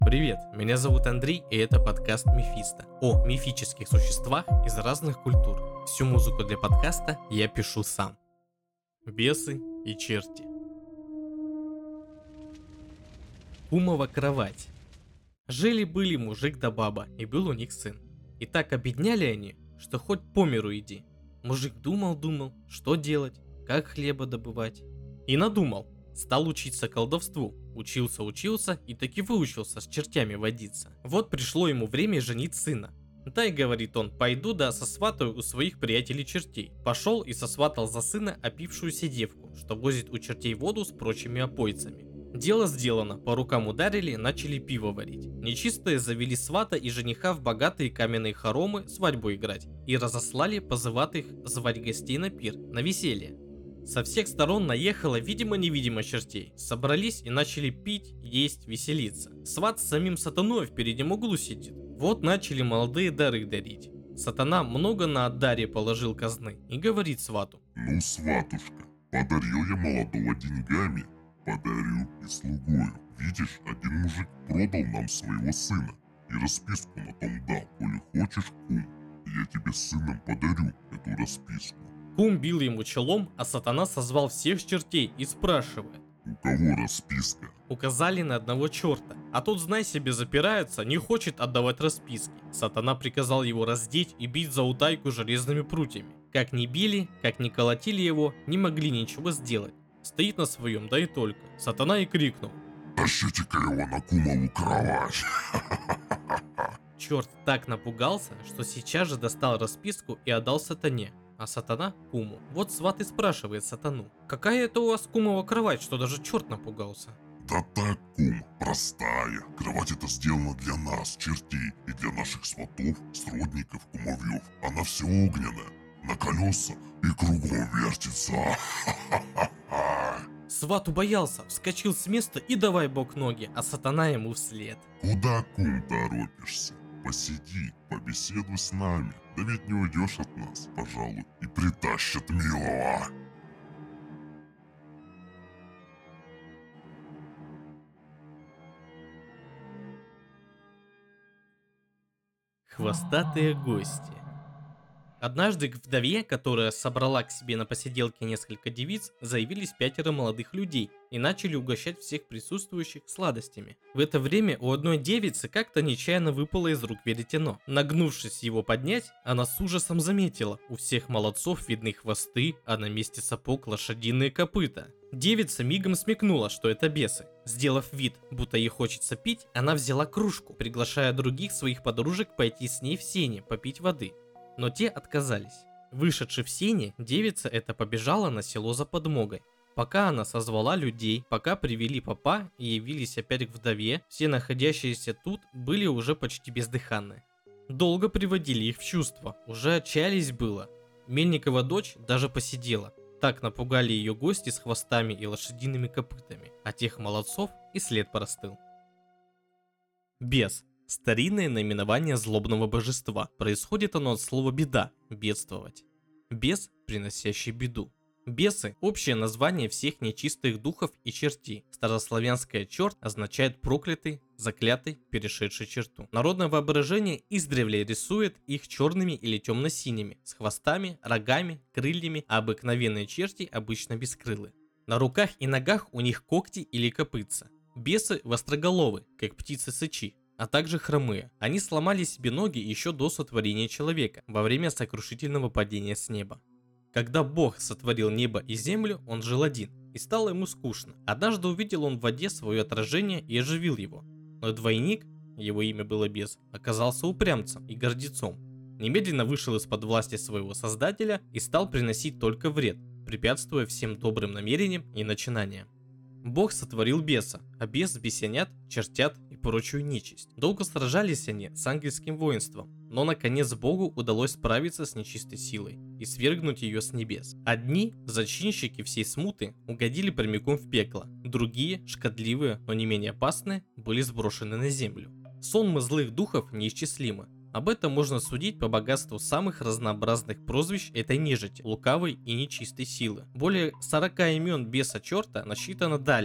Привет, меня зовут Андрей, и это подкаст Мефисто о мифических существах из разных культур. Всю музыку для подкаста я пишу сам. Бесы и черти. Кумова кровать. Жили-были мужик да баба, и был у них сын. И так обедняли они, что хоть по миру иди. Мужик думал, что делать, как хлеба добывать. И надумал. Стал учиться колдовству. Учился и таки выучился с чертями водиться. Вот пришло ему время женить сына. Да и говорит он, пойду да сосватаю у своих приятелей чертей. Пошел и сосватал за сына опившуюся девку, что возит у чертей воду с прочими опойцами. Дело сделано, по рукам ударили, начали пиво варить. Нечистые завели свата и жениха в богатые каменные хоромы свадьбу играть. И разослали позыватых звать гостей на пир, на веселье. Со всех сторон наехало видимо-невидимо чертей. Собрались и начали пить, есть, веселиться. Сват с самим сатаной в переднем углу сидит. Вот начали молодые дары дарить. Сатана много на отдаре положил казны и говорит свату: «Ну, сватушка, подарю я молодого деньгами, подарю и слугою. Видишь, один мужик продал нам своего сына и расписку на том дал. Коли хочешь, кум, я тебе с сыном подарю эту расписку». Кум бил ему челом, а сатана созвал всех чертей и спрашивает: «У кого расписка?» Указали на одного черта, а тот, знай себе, запирается, не хочет отдавать расписки. Сатана приказал его раздеть и бить за утайку железными прутьями. Как ни били, как ни колотили его, не могли ничего сделать. Стоит на своем, да и только. Сатана и крикнул: «Тащите-ка его на кумову кровать!» Черт так напугался, что сейчас же достал расписку и отдал сатане, а сатана куму. Вот сват и спрашивает сатану: какая это у вас кумова кровать, что даже черт напугался? «Да так, кум, простая. Кровать эта сделана для нас, чертей, и для наших сватов, сродников, кумовьев. Она вся огненная, на колеса и кругом вертится. Сват убоялся, вскочил с места и давай бок ноги, а сатана ему вслед. Куда, кум, торопишься? Посиди, побеседуй с нами. Да ведь не уйдешь от нас, пожалуй, и притащат милого». Хвостатые гости. Однажды к вдове, которая собрала к себе на посиделке несколько девиц, заявились 5 молодых людей и начали угощать всех присутствующих сладостями. В это время у одной девицы как-то нечаянно выпало из рук веретено. Нагнувшись его поднять, она с ужасом заметила: у всех молодцов видны хвосты, а на месте сапог лошадиные копыта. Девица мигом смекнула, что это бесы. Сделав вид, будто ей хочется пить, она взяла кружку, приглашая других своих подружек пойти с ней в сени попить воды. Но те отказались. Вышедши в сени, девица эта побежала на село за подмогой. Пока она созвала людей, пока привели попа и явились опять к вдове, все находящиеся тут были уже почти бездыханны. Долго приводили их в чувство, уже отчаялись было. Мельникова дочь даже посидела. Так напугали ее гости с хвостами и лошадиными копытами, а тех молодцов и след простыл. Бес. Старинное наименование злобного божества. Происходит оно от слова беда, бедствовать. Бес, приносящий беду. Бесы – общее название всех нечистых духов и чертей. Старославянское черт означает проклятый, заклятый, перешедший черту. Народное воображение издревле рисует их черными или темно-синими, с хвостами, рогами, крыльями, а обыкновенные черти обычно бескрылы. На руках и ногах у них когти или копытца. Бесы востроголовы, как птицы-сычи, а также хромые. Они сломали себе ноги еще до сотворения человека, во время сокрушительного падения с неба. Когда Бог сотворил небо и землю, он жил один, и стало ему скучно. Однажды увидел он в воде свое отражение и оживил его. Но двойник, его имя было Бес, оказался упрямцем и гордецом. Немедленно вышел из-под власти своего создателя и стал приносить только вред, препятствуя всем добрым намерениям и начинаниям. Бог сотворил беса, а бес бесенят, чертят и прочую нечисть. Долго сражались они с ангельским воинством, но наконец Богу удалось справиться с нечистой силой и свергнуть ее с небес. Одни, зачинщики всей смуты, угодили прямиком в пекло, другие, шкодливые, но не менее опасные, были сброшены на землю. Сонмы злых духов неисчислимы. Об этом можно судить по богатству самых разнообразных прозвищ этой нежити, лукавой и нечистой силы. Более 40 имен беса черта насчитано далем.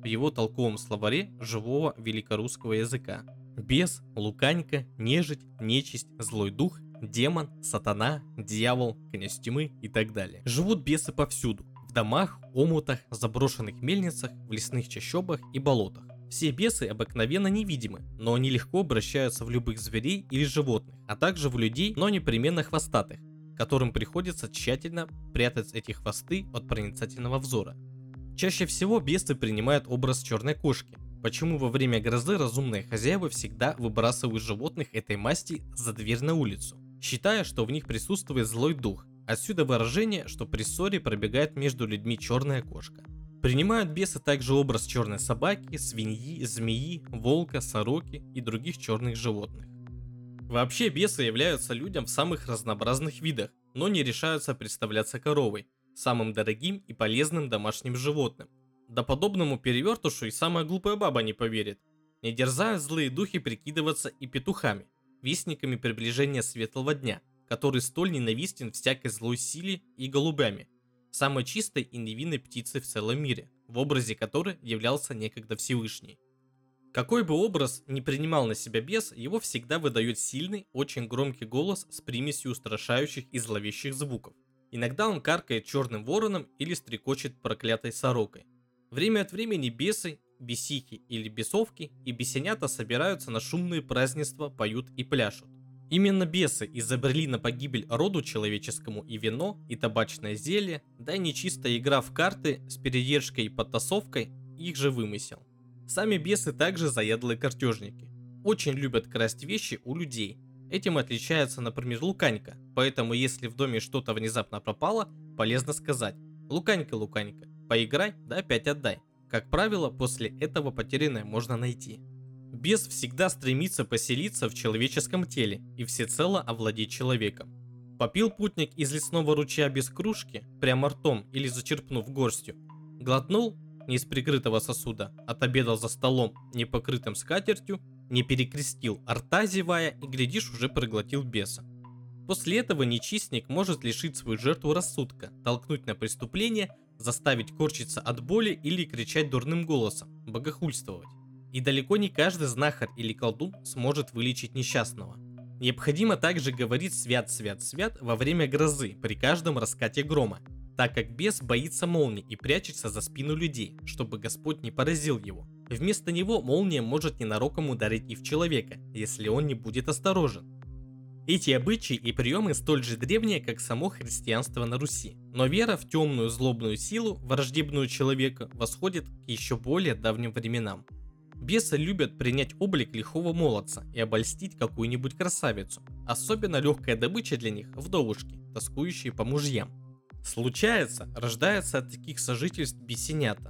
в его толковом словаре живого великорусского языка. Бес, луканька, нежить, нечисть, злой дух, демон, сатана, дьявол, князь тьмы и так далее. Живут бесы повсюду. В домах, омутах, заброшенных мельницах, в лесных чащобах и болотах. Все бесы обыкновенно невидимы, но они легко обращаются в любых зверей или животных, а также в людей, но непременно хвостатых, которым приходится тщательно прятать эти хвосты от проницательного взора. Чаще всего бесы принимают образ черной кошки, почему во время грозы разумные хозяева всегда выбрасывают животных этой масти за дверь на улицу, считая, что в них присутствует злой дух. Отсюда выражение, что при ссоре пробегает между людьми черная кошка. Принимают бесы также образ черной собаки, свиньи, змеи, волка, сороки и других черных животных. Вообще бесы являются людям в самых разнообразных видах, но не решаются представляться коровой, самым дорогим и полезным домашним животным. Да подобному перевертышу и самая глупая баба не поверит. Не дерзают злые духи прикидываться и петухами, вестниками приближения светлого дня, который столь ненавистен всякой злой силе, и голубями, самой чистой и невинной птицей в целом мире, в образе которой являлся некогда Всевышний. Какой бы образ ни принимал на себя бес, его всегда выдает сильный, очень громкий голос с примесью устрашающих и зловещих звуков. Иногда он каркает черным вороном или стрекочет проклятой сорокой. Время от времени бесы, бесихи или бесовки и бесенята собираются на шумные празднества, поют и пляшут. Именно бесы изобрели на погибель роду человеческому и вино, и табачное зелье, да и нечистая игра в карты с передержкой и подтасовкой их же вымысел. Сами бесы также заядлые картежники. Очень любят красть вещи у людей. Этим отличается, например, луканька, поэтому если в доме что-то внезапно пропало, полезно сказать: «Луканька, луканька, поиграй, да опять отдай». Как правило, после этого потерянное можно найти. Бес всегда стремится поселиться в человеческом теле и всецело овладеть человеком. Попил путник из лесного ручья без кружки, прямо ртом или зачерпнув горстью, глотнул не из прикрытого сосуда, отобедал за столом, не покрытым скатертью, не перекрестил рта зевая и, глядишь, уже проглотил беса. После этого нечистник может лишить свою жертву рассудка, толкнуть на преступление, заставить корчиться от боли или кричать дурным голосом, богохульствовать. И далеко не каждый знахарь или колдун сможет вылечить несчастного. Необходимо также говорить «свят, свят, свят» во время грозы при каждом раскате грома, так как бес боится молний и прячется за спину людей, чтобы Господь не поразил его. Вместо него молния может ненароком ударить и в человека, если он не будет осторожен. Эти обычаи и приемы столь же древние, как само христианство на Руси, но вера в темную злобную силу, враждебную человека, восходит к еще более давним временам. Бесы любят принять облик лихого молодца и обольстить какую-нибудь красавицу. Особенно легкая добыча для них – вдовушки, тоскующие по мужьям. Случается, рождается от таких сожительств бесенята.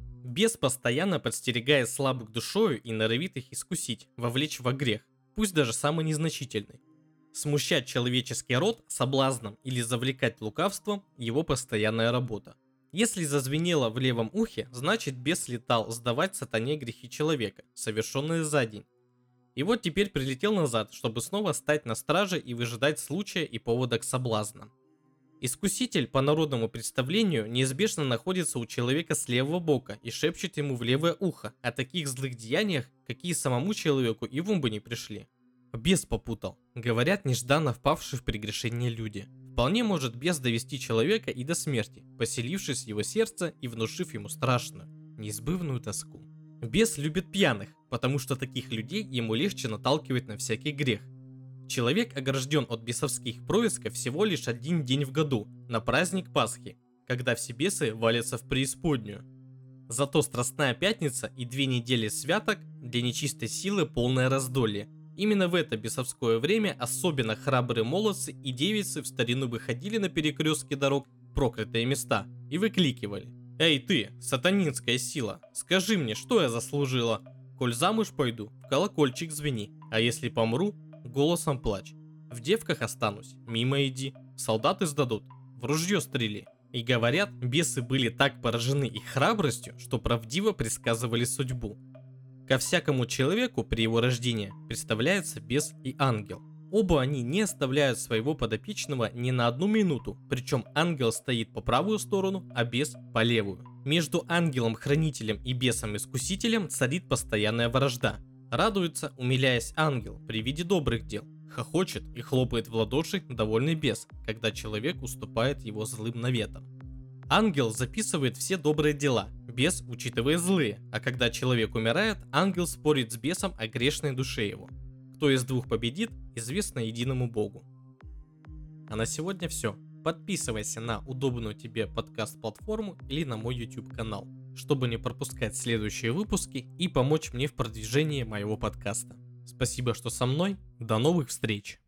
Бес постоянно подстерегает слабых душою и норовит их искусить, вовлечь во грех, пусть даже самый незначительный. Смущать человеческий род соблазном или завлекать лукавством – его постоянная работа. Если зазвенело в левом ухе, значит бес летал сдавать сатане грехи человека, совершенные за день. И вот теперь прилетел назад, чтобы снова стать на страже и выжидать случая и повода к соблазнам. Искуситель, по народному представлению, неизбежно находится у человека с левого бока и шепчет ему в левое ухо о таких злых деяниях, какие самому человеку и в ум бы не пришли. Бес попутал, говорят нежданно впавшие в прегрешение люди. Вполне может бес довести человека и до смерти, поселившись в его сердце и внушив ему страшную, неизбывную тоску. Бес любит пьяных, потому что таких людей ему легче наталкивать на всякий грех. Человек огражден от бесовских происков всего лишь один день в году, на праздник Пасхи, когда все бесы валятся в преисподнюю. Зато Страстная Пятница и 2 недели святок для нечистой силы полное раздолье. Именно в это бесовское время особенно храбрые молодцы и девицы в старину выходили на перекрестки дорог в проклятые места и выкликивали: «Эй ты, сатанинская сила, скажи мне, что я заслужила? Коль замуж пойду, в колокольчик звени, а если помру, голосом плачь. В девках останусь, мимо иди, солдаты сдадут, в ружье стрели». И говорят, бесы были так поражены их храбростью, что правдиво предсказывали судьбу. Ко всякому человеку при его рождении представляется бес и ангел. Оба они не оставляют своего подопечного ни на одну минуту, причем ангел стоит по правую сторону, а бес по левую. Между ангелом-хранителем и бесом-искусителем царит постоянная вражда. Радуется, умиляясь ангел при виде добрых дел. Хохочет и хлопает в ладоши довольный бес, когда человек уступает его злым наветам. Ангел записывает все добрые дела, бес учитывает злые, а когда человек умирает, ангел спорит с бесом о грешной душе его. Кто из двух победит, известно единому Богу. А на сегодня все. Подписывайся на удобную тебе подкаст-платформу или на мой YouTube канал, чтобы не пропускать следующие выпуски и помочь мне в продвижении моего подкаста. Спасибо, что со мной. До новых встреч!